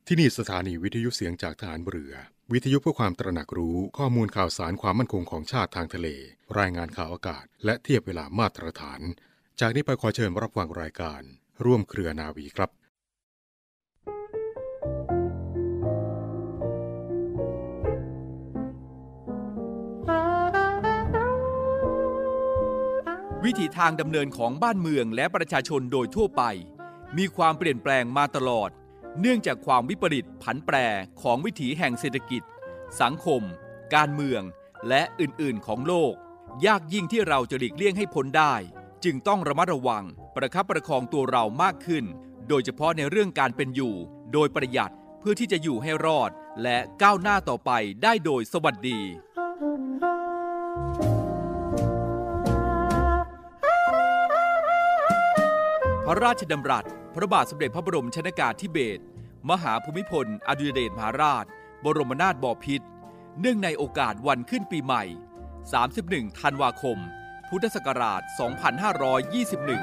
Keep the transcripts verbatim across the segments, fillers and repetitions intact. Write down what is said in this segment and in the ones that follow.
ที่นี่สถานีวิทยุเสียงจากทหารเรือวิทยุเพื่อความตระหนักรู้ข้อมูลข่าวสารความมั่นคงของชาติทางทะเลรายงานข่าวอากาศและเทียบเวลามาตรฐานจากนี้ไปขอเชิญรับฟังรายการร่วมเครือนาวีครับวิถีทางดำเนินของบ้านเมืองและประชาชนโดยทั่วไปมีความเปลี่ยนแปลงมาตลอดเนื่องจากความวิปริตผันแปรของวิถีแห่งเศรษฐกิจสังคมการเมืองและอื่นๆของโลกยากยิ่งที่เราจะหลีกเลี่ยงให้พ้นได้จึงต้องระมัดระวังประคับประคองตัวเรามากขึ้นโดยเฉพาะในเรื่องการเป็นอยู่โดยประหยัดเพื่อที่จะอยู่ให้รอดและก้าวหน้าต่อไปได้โดยสวัสดีพระราชดำรัสพระบาทสมเด็จพระบรมชนกาธิเบศรมหาภูมิพลอดุลยเดชมหาราชบรมนาถบพิตรเนื่องในโอกาสวันขึ้นปีใหม่สามสิบเอ็ดธันวาคมพุทธศักราชสองพันห้าร้อยยี่สิบเอ็ด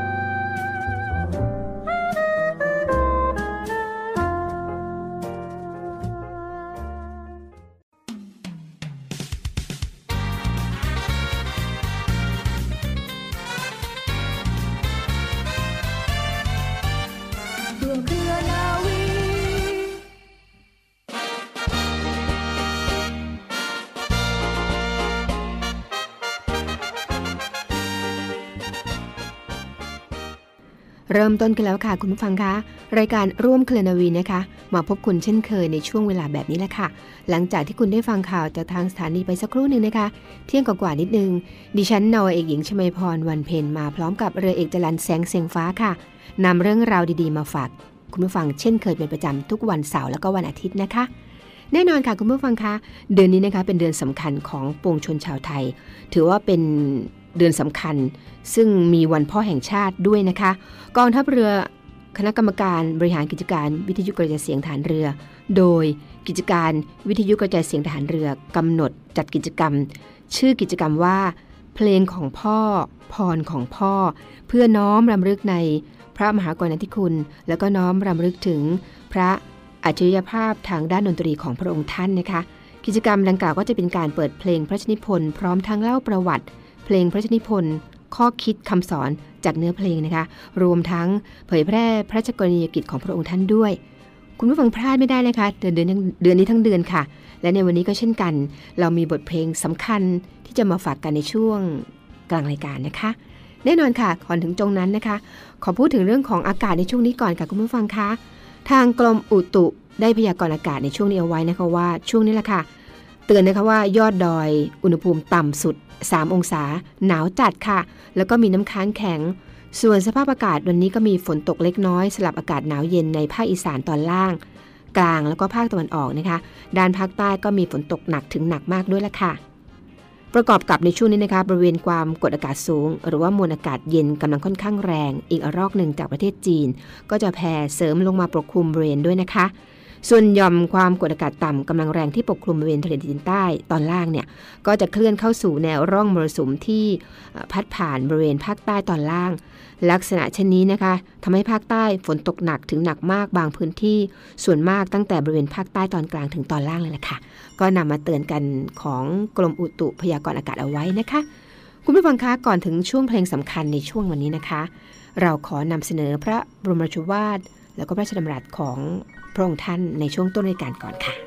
เริ่มต้นกันแล้วค่ะคุณผู้ฟังคะรายการร่วมเครือนาวีนะคะมาพบคุณเช่นเคยในช่วงเวลาแบบนี้แหละค่ะหลังจากที่คุณได้ฟังข่าวจากทางสถานีไปสักครู่หนึ่งนะคะเที่ยงกว่าๆนิดนึงดิฉันนาวาเอกหญิงชมาพรวันเพ็ญมาพร้อมกับเรือเอกจรัญแสงเสียงฟ้าค่ะนำเรื่องราวดีๆมาฝากคุณผู้ฟังเช่นเคยเป็นประจำทุกวันเสาร์แล้วก็วันอาทิตย์นะคะแน่นอนค่ะคุณผู้ฟังคะเดือนนี้นะคะเป็นเดือนสำคัญของปวงชนชาวไทยถือว่าเป็นเดือนสำคัญซึ่งมีวันพ่อแห่งชาติด้วยนะคะกองทัพเรือคณะกรรมการบริหารกิจการวิทยุกระจายเสียงฐานเรือโดยกิจการวิทยุกระจายเสียงฐานเรือกำหนดจัดกิจกรรมชื่อกิจกรรมว่าเพลงของพ่อพรของพ่อเพื่อน้อมรำลึกในพระมหากรุณาธิคุณแล้วก็น้อมรำลึกถึงพระอัจฉริยภาพทางด้านดนตรีของพระองค์ท่านนะคะกิจกรรมดังกล่าวก็จะเป็นการเปิดเพลงพระราชนิพนธ์พร้อมทั้งเล่าประวัติเพลงพระราชนิพนธ์ข้อคิดคำสอนจากเนื้อเพลงนะคะรวมทั้งเผยแพร่พระราชกรณียกิจของพระองค์ท่านด้วยคุณผู้ฟังพลาดไม่ได้นะคะเดือนเดือนเดือนนี้ทั้งเดือนค่ะและในวันนี้ก็เช่นกันเรามีบทเพลงสำคัญที่จะมาฝากกันในช่วงกลางรายการนะคะแน่นอนค่ะก่อนถึงตรงนั้นนะคะขอพูดถึงเรื่องของอากาศในช่วงนี้ก่อนค่ะคุณผู้ฟังคะทางกรมอุตุได้พยากรณ์อากาศในช่วงนี้เอาไว้นะคะว่าช่วงนี้แหละค่ะเตือนนะคะว่ายอดดอยอุณหภูมิต่ำสุดสามองศาหนาวจัดค่ะแล้วก็มีน้ำค้างแข็งส่วนสภาพอากาศวันนี้ก็มีฝนตกเล็กน้อยสลับอากาศหนาวเย็นในภาคอีสานตอนล่างกลางแล้วก็ภาคตะวันออกนะคะด้านภาคใต้ก็มีฝนตกหนักถึงหนักมากด้วยละค่ะประกอบกับในช่วงนี้นะคะบริเวณความกดอากาศสูงหรือว่ามวลอากาศเย็นกำลังค่อนข้างแรงอีกระลอกหนึ่งจากประเทศจีนก็จะแผ่เสริมลงมาปกคลุมบริเวณด้วยนะคะส่วนหย่อมความกดอากาศต่ำกำลังแรงที่ปกคลุมบริเวณทะเลจีนใต้ตอนล่างเนี่ยก็จะเคลื่อนเข้าสู่แนวร่องมรสุมที่พัดผ่านบริเวณภาคใต้ตอนล่างลักษณะเช่นนี้นะคะทำให้ภาคใต้ฝนตกหนักถึงหนักมากบางพื้นที่ส่วนมากตั้งแต่บริเวณภาคใต้ตอนกลางถึงตอนล่างเลยแหละค่ะก็นำมาเตือนกันของกรมอุตุพยากรณ์อากาศเอาไว้นะคะคุณผู้ฟังคะก่อนถึงช่วงเพลงสำคัญในช่วงวันนี้นะคะเราขอนำเสนอพระบรมราโชวาทแล้วก็พระราชดำรัสของพระองค์ท่านในช่วงต้นรายการก่อนค่ะ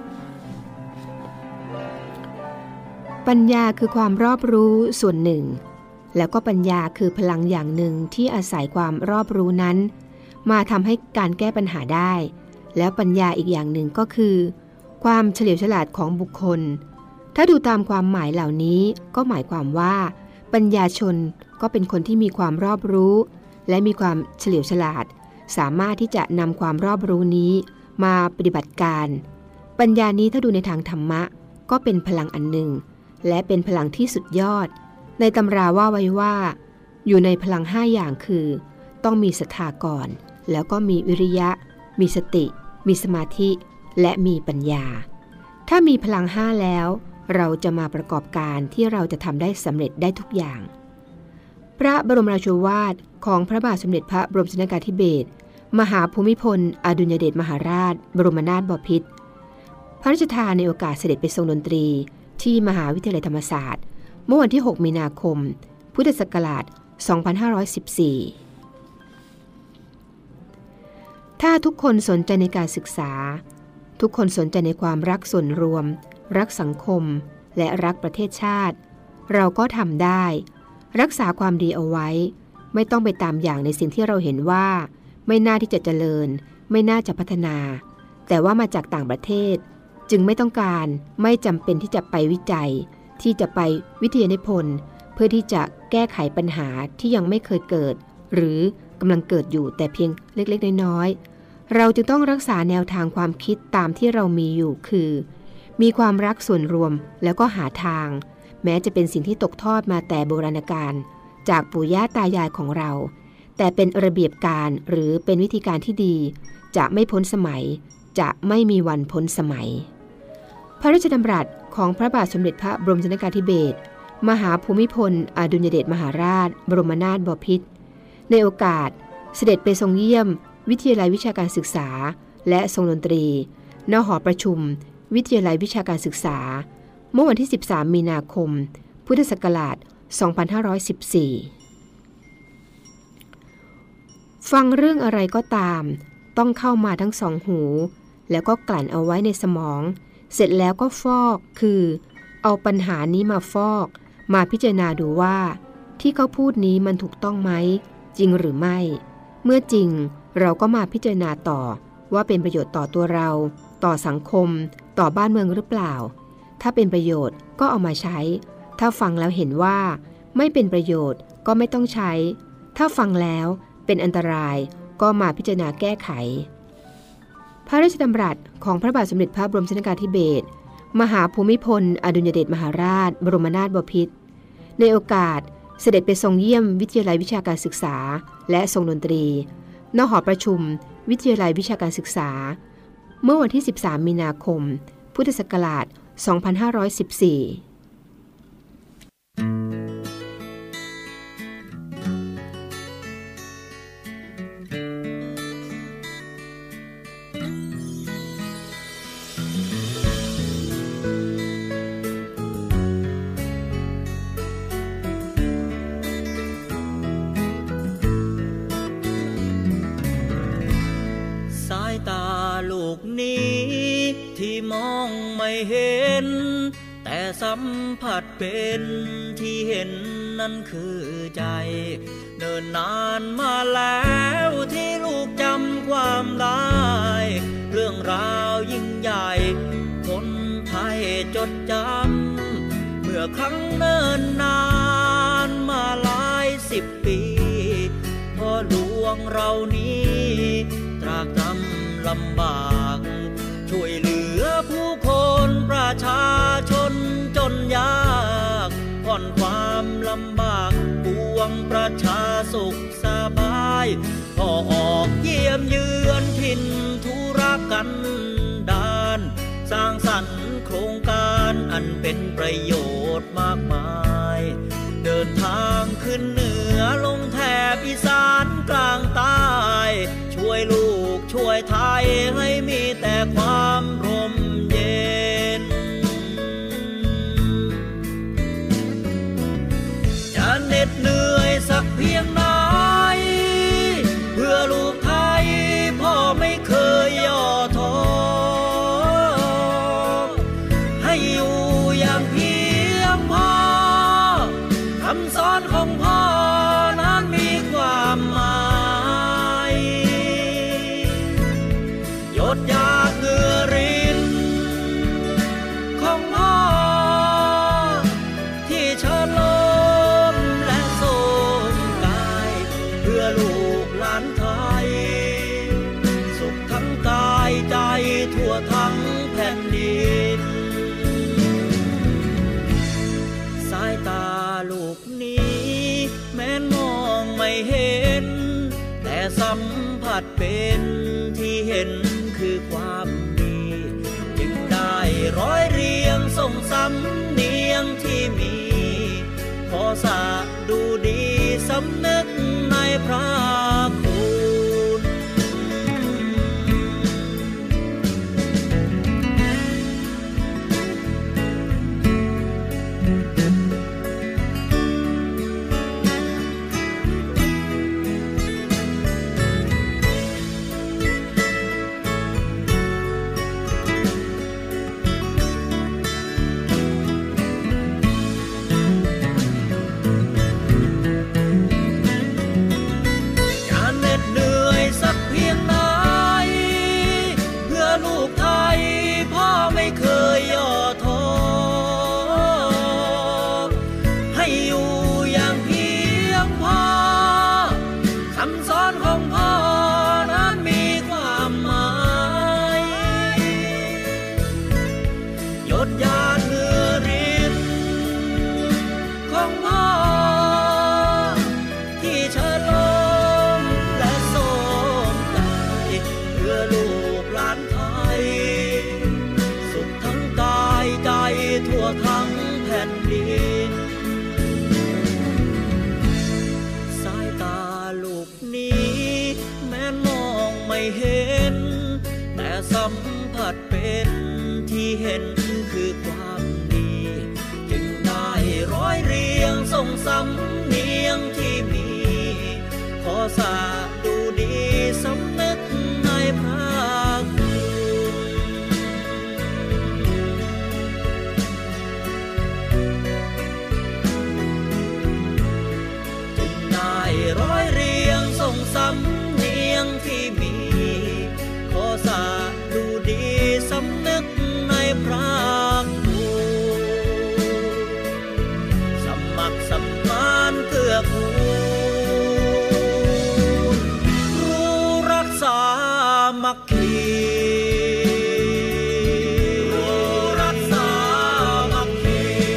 ปัญญาคือความรอบรู้ส่วนหนึ่งแล้วก็ปัญญาคือพลังอย่างหนึ่งที่อาศัยความรอบรู้นั้นมาทำให้การแก้ปัญหาได้แล้วปัญญาอีกอย่างหนึ่งก็คือความเฉลียวฉลาดของบุคคลถ้าดูตามความหมายเหล่านี้ก็หมายความว่าปัญญาชนก็เป็นคนที่มีความรอบรู้และมีความเฉลียวฉลาดสามารถที่จะนำความรอบรู้นี้มาปฏิบัติการปัญญานี้ถ้าดูในทางธรรมะก็เป็นพลังอันหนึ่งและเป็นพลังที่สุดยอดในตำราว่าไว้ว่าอยู่ในพลังห้าอย่างคือต้องมีศรัทธาก่อนแล้วก็มีวิริยะมีสติมีสมาธิและมีปัญญาถ้ามีพลังห้าแล้วเราจะมาประกอบการที่เราจะทำได้สำเร็จได้ทุกอย่างพระบรมราโชวาทของพระบาทสมเด็จพระบรมชนกาธิเบศรมหาภูมิพลอดุลยเดชมหาราชบรมนาถบพิตรพระราชทานในโอกาสเสด็จไปทรงดนตรีที่มหาวิทยาลัยธรรมศาสตร์เมื่อวันที่หกมีนาคมพุทธศักราชสองพันห้าร้อยสิบสี่ถ้าทุกคนสนใจในการศึกษาทุกคนสนใจในความรักส่วนรวมรักสังคมและรักประเทศชาติเราก็ทำได้รักษาความดีเอาไว้ไม่ต้องไปตามอย่างในสิ่งที่เราเห็นว่าไม่น่าที่จะเจริญไม่น่าจะพัฒนาแต่ว่ามาจากต่างประเทศจึงไม่ต้องการไม่จำเป็นที่จะไปวิจัยที่จะไปวิทยานิพนธ์เพื่อที่จะแก้ไขปัญหาที่ยังไม่เคยเกิดหรือกำลังเกิดอยู่แต่เพียงเล็กๆน้อยๆเราจึงต้องรักษาแนวทางความคิดตามที่เรามีอยู่คือมีความรักส่วนรวมแล้วก็หาทางแม้จะเป็นสิ่งที่ตกทอดมาแต่โบราณกาลจากปู่ย่าตายายของเราแต่เป็นระเบียบการหรือเป็นวิธีการที่ดีจะไม่พ้นสมัยจะไม่มีวันพ้นสมัยพระราชดำรัสของพระบาทสมเด็จพระบรมชนกาธิเบศรมหาภูมิพลอดุลยเดชมหาราชบรมนาถบพิตรในโอกาสเสด็จไปทรงเยี่ยมวิทยาลัยวิชาการศึกษาและทรงดนตรีณหอประชุมวิทยาลัยวิชาการศึกษาเมื่อวันที่สิบสามมีนาคมพุทธศักราชสองพันห้าร้อยสิบสี่ฟังเรื่องอะไรก็ตามต้องเข้ามาทั้งสองหูแล้วก็กลั่นเอาไว้ในสมองเสร็จแล้วก็ฟอกคือเอาปัญหานี้มาฟอกมาพิจารณาดูว่าที่เขาพูดนี้มันถูกต้องไหมจริงหรือไม่เมื่อจริงเราก็มาพิจารณาต่อว่าเป็นประโยชน์ต่อตัวเราต่อสังคมต่อบ้านเมืองหรือเปล่าถ้าเป็นประโยชน์ก็เอามาใช้ถ้าฟังแล้วเห็นว่าไม่เป็นประโยชน์ก็ไม่ต้องใช้ถ้าฟังแล้วเป็นอันตรายก็มาพิจารณาแก้ไขพระราชดำรัสของพระบาทสมเด็จพระบรมชนกาธิเบศรมหาภูมิพลอดุลยเดชมหาราชบรมนาถบพิตรในโอกาสเสด็จไปทรงเยี่ยมวิทยาลัยวิชาการศึกษาและทรงดนตรีณหอประชุมวิทยาลัยวิชาการศึกษาเมื่อวันที่สิบสามมีนาคมพุทธศักราชสองพันห้าร้อยสิบสี่ลูกนี้ที่มองไม่เห็นแต่สัมผัสเป็นที่เห็นนั้นคือใจเนิ่นนานมาแล้วที่ลูกจำความได้เรื่องราวยิ่งใหญ่คนไทยจดจำเมื่อครั้งเนิ่นนานมาหลายสิบปีพ่อหลวงเรานี้ตรากตรำลำบากช่วยเหลือผู้คนประชาชนจนยากผ่อนความลำบากปวงประชาสุขสบายพอออกเยี่ยมเยือนถิ่นธุรกันดารสร้างสรรค์โครงการอันเป็นประโยชน์มากมายเดินทางขึ้นเหนือลงแถบอีสานกลางใต้ช่วยลูกช่วยไทยให้มีแต่ความร่มเย็นจะเหน็ดเหนื่อยสักเพียงไหนเพื่อลูกไทยพ่อไม่เคยย่อท้อให้อยู่อย่างเพียงพอคำสอนของพ่อนั้นมีความหมายหยดหยาดเหงื่อรินของพ่อที่เชิญลมและโสมกายเพื่อลูกหลานไทยสุขทั้งกายใจทั่วทั้งแผ่นดินสายตาลูกนี้แม้มองไม่เห็นแต่สัมผัสเป็นที่เห็นคือความดีจึงได้ร้อยเรียงส่งสำเนียงที่มีขอสะดูดีสำนึกในพระคุณสัมผัสเป็นที่เห็นคือความดีจึงได้ร้อยเรียงส่งสำเนียงที่มีขอสาดูดีสำนึกในพระคุณจึงได้ร้อยเรียงส่งสำเนียงที่มีขอสาดูดีสำนึกในพระคุณสมัครสมานเกื้อกูลรู้รักษามัคคีรู้รักษามัคคี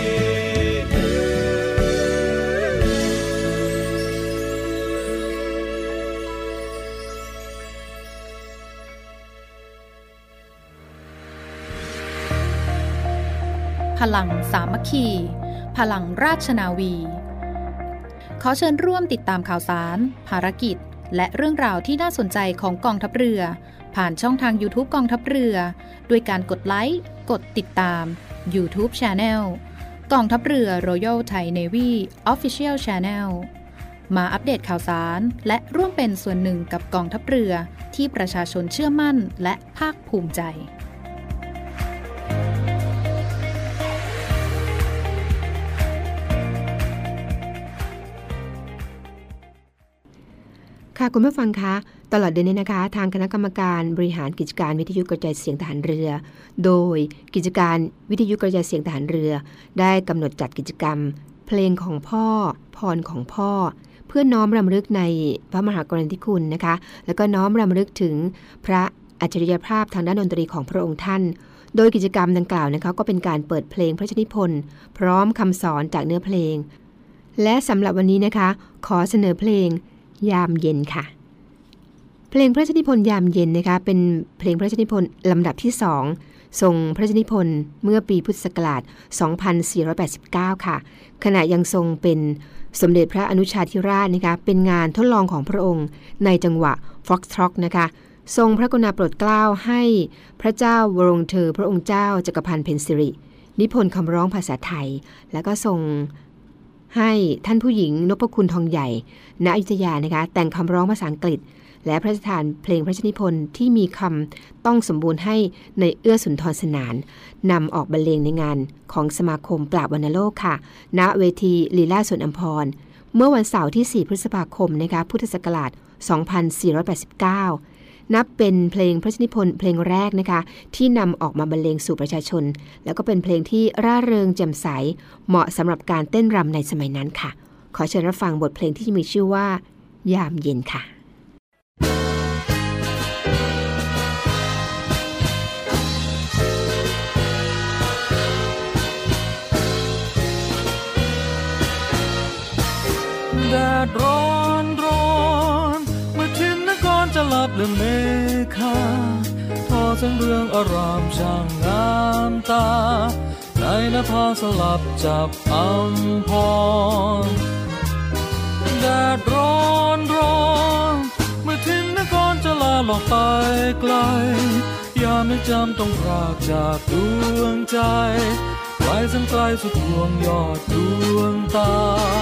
พลังสามัคคีพลังราชนาวีขอเชิญร่วมติดตามข่าวสารภารกิจและเรื่องราวที่น่าสนใจของกองทัพเรือผ่านช่องทาง YouTube กองทัพเรือด้วยการกดไลค์กดติดตาม YouTube Channel กองทัพเรือ Royal Thai Navy Official Channel มาอัปเดตข่าวสารและร่วมเป็นส่วนหนึ่งกับกองทัพเรือที่ประชาชนเชื่อมั่นและภาคภูมิใจค่ะคุณผู้ฟังคะตลอดเดือนนี้นะคะทางคณะกรรมการบริหารกิจการวิทยุกระจายเสียงทหารเรือโดยกิจการวิทยุกระจายเสียงทหารเรือได้กำหนดจัดกิจกรรมเพลงของพ่อพรของพ่อเพื่อน้อมรำลึกในพระมหากรุณาธิคุณนะคะแล้วก็น้อมรำลึกถึงพระอัจฉริยภาพทางด้านดนตรีของพระองค์ท่านโดยกิจกรรมดังกล่าวนะคะก็เป็นการเปิดเพลงพระราชนิพนธ์พร้อมคำสอนจากเนื้อเพลงและสำหรับวันนี้นะคะขอเสนอเพลงยามเย็นค่ะเพลงพระราชนิพนธ์ยามเย็นนะคะเป็นเพลงพระราชนิพนธ์ลำดับที่สองทรงพระราชนิพนธ์เมื่อปีพุทธศักราชสองพันสี่ร้อยแปดสิบเก้าค่ะขณะยังทรงเป็นสมเด็จพระอนุชาธิราชนะคะเป็นงานทดลองของพระองค์ในจังหวะฟ็อกซ์ทร็อกนะคะทรงพระกรุณาโปรดเกล้าให้พระเจ้าวรวงเธอพระองค์เจ้าจักรพันธ์เพ็ญสิรินิพนธ์คำร้องภาษาไทยแล้วก็ทรงให้ท่านผู้หญิงนพคุณทองใหญ่ณอยุธยานะคะแต่งคำร้องภาษาอังกฤษและพระราชทานเพลงพระราชนิพนธ์ที่มีคำต้องสมบูรณ์ให้ในเอื้อสุนทรสนานนำออกบรรเลงในงานของสมาคมปราบวัณโรคค่ะณเวทีลีลาสวนอัมพรเมื่อวันเสาร์ที่สี่พฤษภาคมนะคะพุทธศักราชสองพันสี่ร้อยแปดสิบเก้านับเป็นเพลงพระราชนิพนธ์เพลงแรกนะคะที่นำออกมาบรรเลงสู่ประชาชนแล้วก็เป็นเพลงที่ร่าเริงแจ่มใสเหมาะสำหรับการเต้นรำในสมัยนั้นค่ะขอเชิญรับฟังบทเพลงที่มีชื่อว่ายามเย็นค่ะแดดร้อนร้อนเมื่อทินนครจะหลับเลือเมฆาทอแสงเรืองอารามช่างงามตาในนภาสลับจับอัมพรแดดร้อนร้อนเมื่อทินนครจะลาหลอกไปไกลยามไม่จำต้องพรากจากดวงใจไกลสันไกลสุดดวงยอดดวงตา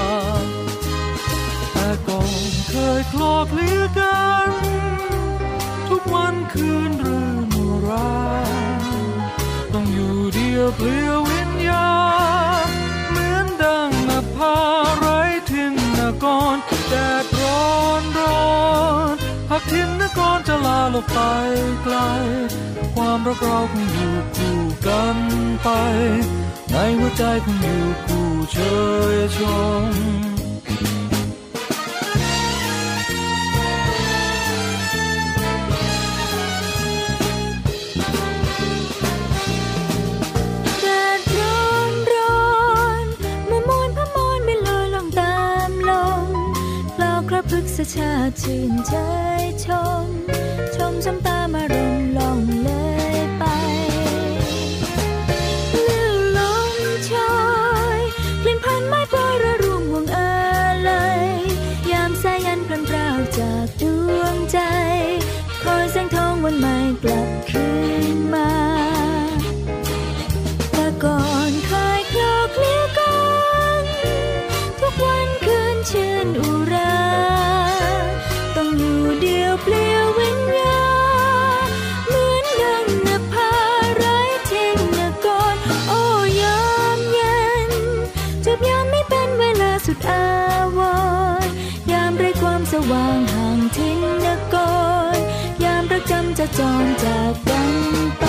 แต่ก่อนเคยคลอเคลียกันทุกวันคืนเรื่องราต้องอยู่เดียวเปลี่ยววิญญาณเหมือนดังนภาไร้ทินนกรแดดร้อนร้อนหากทินนกรจะลาลงไปไกลความรักเราคงอยู่คู่กันไปในหัวใจคงอยู่คู่เชยชมพฤกษชาติชื่นใจชมชมช้ำตามารมณ์ล่องเลยไปลื่นลมชอยกลิ่นพันไม้ปลอยระรุ่งห่วงอะไรยามสายันพลันพราวจากดวงใจคอยแสงทองวันใหม่กลับคืนจรจากกันไป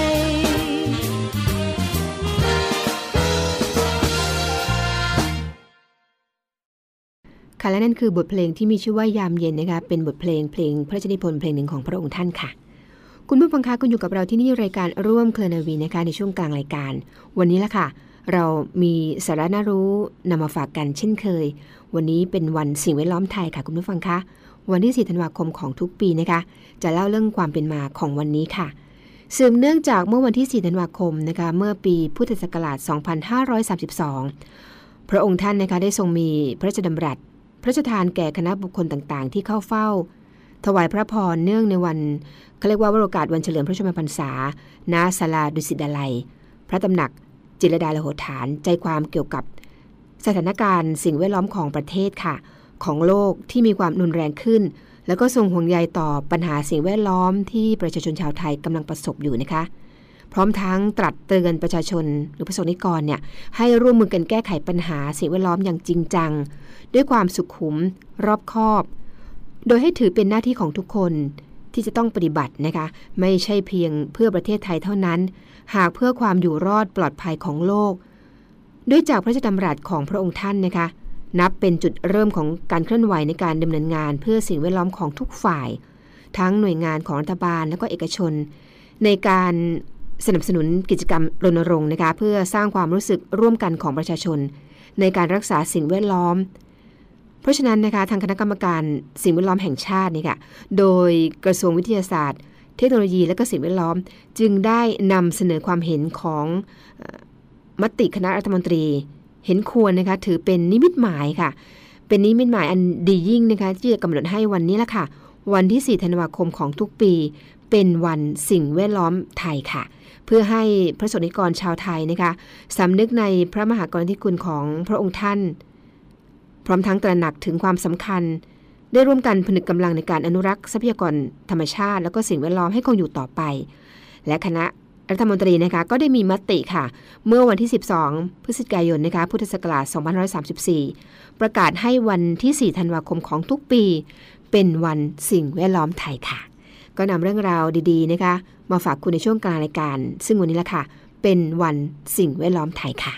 ค่ะและนั่นคือบทเพลงที่มีชื่อว่ายามเย็นนะคะเป็นบทเพลงเพลงพระราชนิพนธ์เพลงหนึ่งของพระองค์ท่านค่ะคุณผู้ฟังคะคุณอยู่กับเราที่นี่รายการร่วมเครือนาวีนะคะในช่วงกลางรายการวันนี้ละค่ะเรามีสาระน่ารู้นำมาฝากกันเช่นเคยวันนี้เป็นวันสิ่งแวดล้อมไทยค่ะคุณผู้ฟังคะวันที่สี่ธันวาคมของทุกปีนะคะจะเล่าเรื่องความเป็นมาของวันนี้ค่ะสืบเนื่องจากเมื่อวันที่สี่ธันวาคมนะคะเมื่อปีพุทธศักราชสองพันห้าร้อยสามสิบสองพระองค์ท่านนะคะได้ทรงมีพระราชดำรัสพระราชทานแก่คณะบุคคลต่างๆที่เข้าเฝ้าถวายพระพรเนื่องในวันเขาเรียกว่าวโรกาสวันเฉลิมพระชนมพรรษาณศาลาดุสิตดาลัยพระตำหนักจิตรลดาลโหฐานใจความเกี่ยวกับสถานการณ์สิ่งแวดล้อมของประเทศค่ะของโลกที่มีความรุนแรงขึ้นแล้วก็ทรงห่วงใยต่อปัญหาสิ่งแวดล้อมที่ประชาชนชาวไทยกำลังประสบอยู่นะคะพร้อมทั้งตรัสเตือนประชาชนหรือประสบนิกรเนี่ยให้ร่วมมือกันแก้ไขปัญหาสิ่งแวดล้อมอย่างจริงจังด้วยความสุขุมรอบคอบโดยให้ถือเป็นหน้าที่ของทุกคนที่จะต้องปฏิบัตินะคะไม่ใช่เพียงเพื่อประเทศไทยเท่านั้นหากเพื่อความอยู่รอดปลอดภัยของโลกด้วยจากพระราชดำรัสของพระองค์ท่านนะคะนับเป็นจุดเริ่มของการเคลื่อนไหวในการดำเนินงานเพื่อสิ่งแวดล้อมของทุกฝ่ายทั้งหน่วยงานของรัฐบาลและก็เอกชนในการสนับสนุนกิจกรรมรณรงค์นะคะเพื่อสร้างความรู้สึกร่วมกันของประชาชนในการรักษาสิ่งแวดล้อมเพราะฉะนั้นนะคะทางคณะกรรมการสิ่งแวดล้อมแห่งชาตินี่ค่ะโดยกระทรวงวิทยาศาสตร์เทคโนโลยีและก็สิ่งแวดล้อมจึงได้นำเสนอความเห็นของมติคณะรัฐมนตรีเห็นควรนะคะถือเป็นนิมิตหมายค่ะเป็นนิมิตหมายอันดียิ่งนะคะที่จะกำหนดให้วันนี้ละค่ะวันที่สี่ธันวาคมของทุกปีเป็นวันสิ่งแวดล้อมไทยค่ะเพื่อให้พระสงฆ์นิกรชาวไทยนะคะสำนึกในพระมหากรุณาธิคุณของพระองค์ท่านพร้อมทั้งตระหนักถึงความสำคัญได้ร่วมกันผนึกกำลังในการอนุรักษ์ทรัพยากรธรรมชาติแล้วก็สิ่งแวดล้อมให้คงอยู่ต่อไปและคณะรัฐมนตรีนะคะก็ได้มีมติค่ะเมื่อวันที่สิบสองพฤศจิกายนนะคะพุทธศักราชสองพันห้าร้อยสามสิบสี่ประกาศให้วันที่สี่ธันวาคมของทุกปีเป็นวันสิ่งแวดล้อมไทยค่ะก็นำเรื่องราวดีๆนะคะมาฝากคุณในช่วงกลางรายการซึ่งวันนี้ละค่ะเป็นวันสิ่งแวดล้อมไทยค่ะ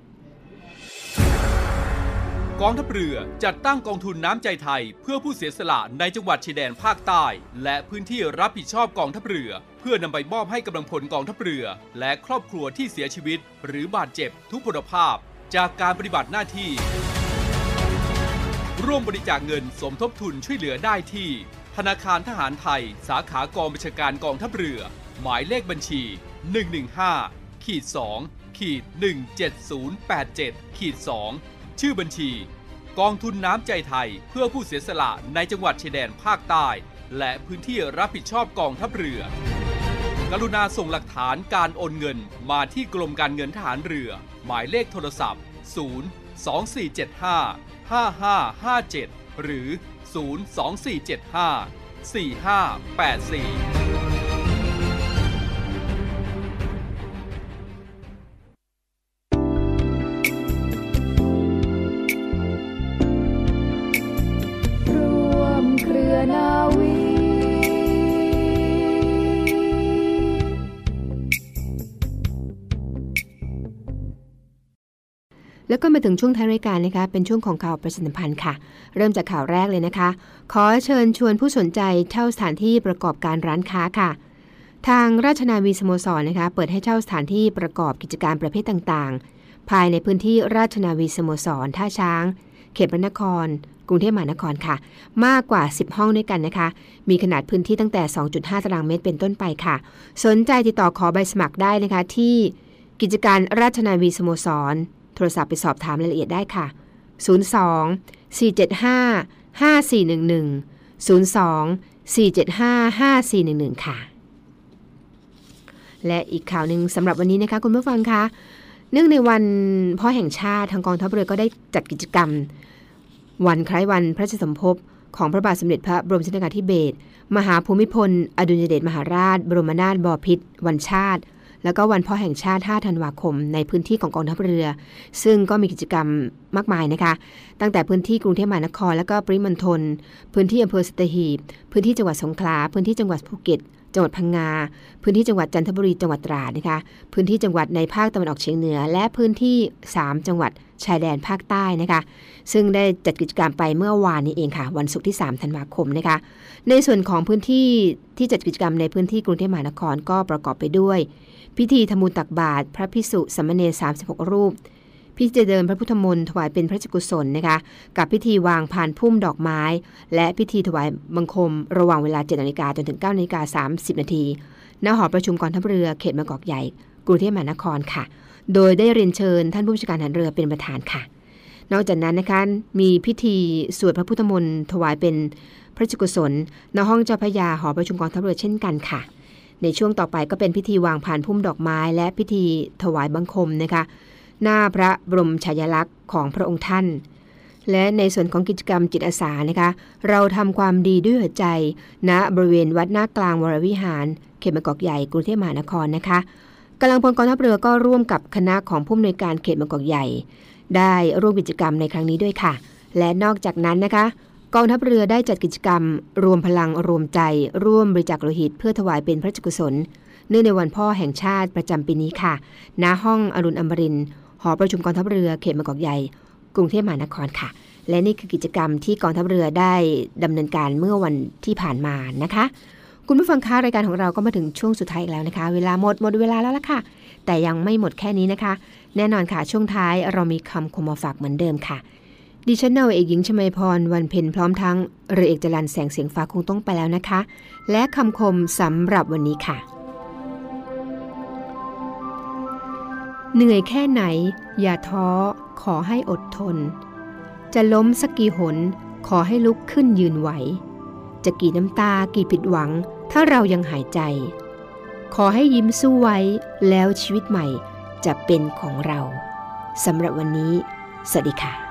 กองทัพเรือจัดตั้งกองทุนน้ำใจไทยเพื่อผู้เสียสละในจังหวัดชายแดนภาคใต้และพื้นที่รับผิดชอบกองทัพเรือเพื่อนำไปมอบให้กำลังพลกองทัพเรือและครอบครัวที่เสียชีวิตหรือบาดเจ็บทุกพลภาพจากการปฏิบัติหน้าที่ร่วมบริจาคเงินสมทบทุนช่วยเหลือได้ที่ธนาคารทหารไทยสาขากองบัญชาการกองทัพเรือหมายเลขบัญชี หนึ่ง หนึ่ง ห้า สอง หนึ่ง เจ็ด ศูนย์ แปด เจ็ด สองชื่อบัญชีกองทุนน้ำใจไทยเพื่อผู้เสียสละในจังหวัดชายแดนภาคใต้และพื้นที่รับผิดชอบกองทัพเรือกรุณาส่งหลักฐานการโอนเงินมาที่กรมการเงินทหารเรือหมายเลขโทรศัพท์ศูนย์ สอง สี่ เจ็ด ห้า ห้า ห้า ห้า เจ็ดหรือศูนย์ สอง สี่ เจ็ด ห้า สี่ ห้า แปด สี่นาวีแล้วก็มาถึงช่วงท้ายรายการนะคะเป็นช่วงของข่าวประชาสัมพันธ์ค่ะเริ่มจากข่าวแรกเลยนะคะขอเชิญชวนผู้สนใจเช่าสถานที่ประกอบการร้านค้าค่ะทางราชนาวีสโมสรนะคะเปิดให้เช่าสถานที่ประกอบกิจการประเภทต่างๆภายในพื้นที่ราชนาวีสโมสรท่าช้างเขตพระนครกรุงเทพมหานครค่ะมากกว่าสิบห้องด้วยกันนะคะมีขนาดพื้นที่ตั้งแต่ สองจุดห้า ตารางเมตรเป็นต้นไปค่ะสนใจติดต่อขอใบสมัครได้นะคะที่กิจการราชนาวีสโมสรโทรศัพท์ไปสอบถามรายละเอียดได้ค่ะศูนย์ สอง สี่ เจ็ด ห้า ห้า สี่ หนึ่ง หนึ่ง ศูนย์ สอง สี่ เจ็ด ห้า ห้า สี่ หนึ่ง หนึ่งค่ะและอีกข่าวนึงสำหรับวันนี้นะคะคุณผู้ฟังคะเนื่องในวันพ่อแห่งชาติทางกองทัพเรือก็ได้จัดกิจกรรมวันคล้ายวันพระราชสมภพของพระบาทสมเด็จพระบรมชนกาธิเบศรมหาภูมิพลอดุลยเดชมหาราชบรมนาถบพิตรวันชาติแล้วก็วันพ่อแห่งชาติห้าธันวาคมในพื้นที่ของกองทัพเรือซึ่งก็มีกิจกรรมมากมายนะคะตั้งแต่พื้นที่กรุงเทพมหานครแล้วก็ปริมณฑลพื้นที่อำเภอสัตหีบพื้นที่จังหวัดสงขลาพื้นที่จังหวัดภูเก็ตจังหวัดพังงาพื้นที่จังหวัดจันทบุรีจังหวัดตราดนะคะพื้นที่จังหวัดในภาคตะวันออกเฉียงเหนือและพื้นที่สามจังหวัดชายแดนภาคใต้นะคะซึ่งได้จัดกิจกรรมไปเมื่อวานนี้เองค่ะวันศุกร์ที่สามธันวาคมนะคะในส่วนของพื้นที่ที่จัดกิจกรรมในพื้นที่กรุงเทพมหานครก็ประกอบไปด้วยพิธีทำบุญตักบาตรพระภิกษุสามเณรสามสิบหกรูปพิธีเดินพระพุทธมนต์ถวายเป็นพระราชกุศลนะคะกับพิธีวางพานพุ่มดอกไม้และพิธีถวายบังคมระหว่างเวลา เจ็ดนาฬิกา จนถึง เก้านาฬิกาสามสิบนาทีณหอประชุมกองทัพเรือเขตบางกอกใหญ่กรุงเทพมหานครค่ะโดยได้เรียนเชิญท่านผู้บัญชาการทหารเรือเป็นประธานค่ะนอกจากนั้นนะคะมีพิธีสวดพระพุทธมนต์ถวายเป็นพระราชกุศลณห้องเจ้าพระยาหอประชุมกองทัพเรือเช่นกันค่ะในช่วงต่อไปก็เป็นพิธีวางพานพุ่มดอกไม้และพิธีถวายบังคมนะคะหน้าพระบรมฉายาลักษณ์ของพระองค์ท่านและในส่วนของกิจกรรมจิตอาสานะคะเราทำความดีด้วยหัวใจณบริเวณวัดหน้ากลางวรวิหารเขตบางกอกใหญ่กรุงเทพมหานครนะคะกำลังพลกองทัพเรือก็ร่วมกับคณะของผู้อำนวยการเขตบางกอกใหญ่ได้ร่วมกิจกรรมในครั้งนี้ด้วยค่ะและนอกจากนั้นนะคะกองทัพเรือได้จัดกิจกรรมรวมพลังรวมใจร่วมบริจาคโลหิตเพื่อถวายเป็นพระราชกุศลเนื่องในวันพ่อแห่งชาติประจำปีนี้ค่ะณห้องอรุณอมรินทร์หอประชุมกองทัพเรือเขตบางกอกใหญ่กรุงเทพมหานครค่ะและนี่คือกิจกรรมที่กองทัพเรือได้ดำเนินการเมื่อวันที่ผ่านมานะคะคุณผู้ฟังคะรายการของเราก็มาถึงช่วงสุดท้ายอีกแล้วนะคะเวลาหมดหมดเวลาแล้วล่ะค่ะแต่ยังไม่หมดแค่นี้นะคะแน่นอนค่ะช่วงท้ายเรามีคำคมมาฝากเหมือนเดิมค่ะดิฉันนาวาเอกหญิงชมาพรวันเพ็ญพร้อมทั้งเรือเอกจรัญแสงเสียงฟ้าคงต้องไปแล้วนะคะและคำคมสำหรับวันนี้ค่ะเหนื่อยแค่ไหนอย่าท้อขอให้อดทนจะล้มสักกี่หนขอให้ลุกขึ้นยืนไหวจะกี่น้ำตากี่ผิดหวังถ้าเรายังหายใจขอให้ยิ้มสู้ไว้แล้วชีวิตใหม่จะเป็นของเราสำหรับวันนี้สวัสดีค่ะ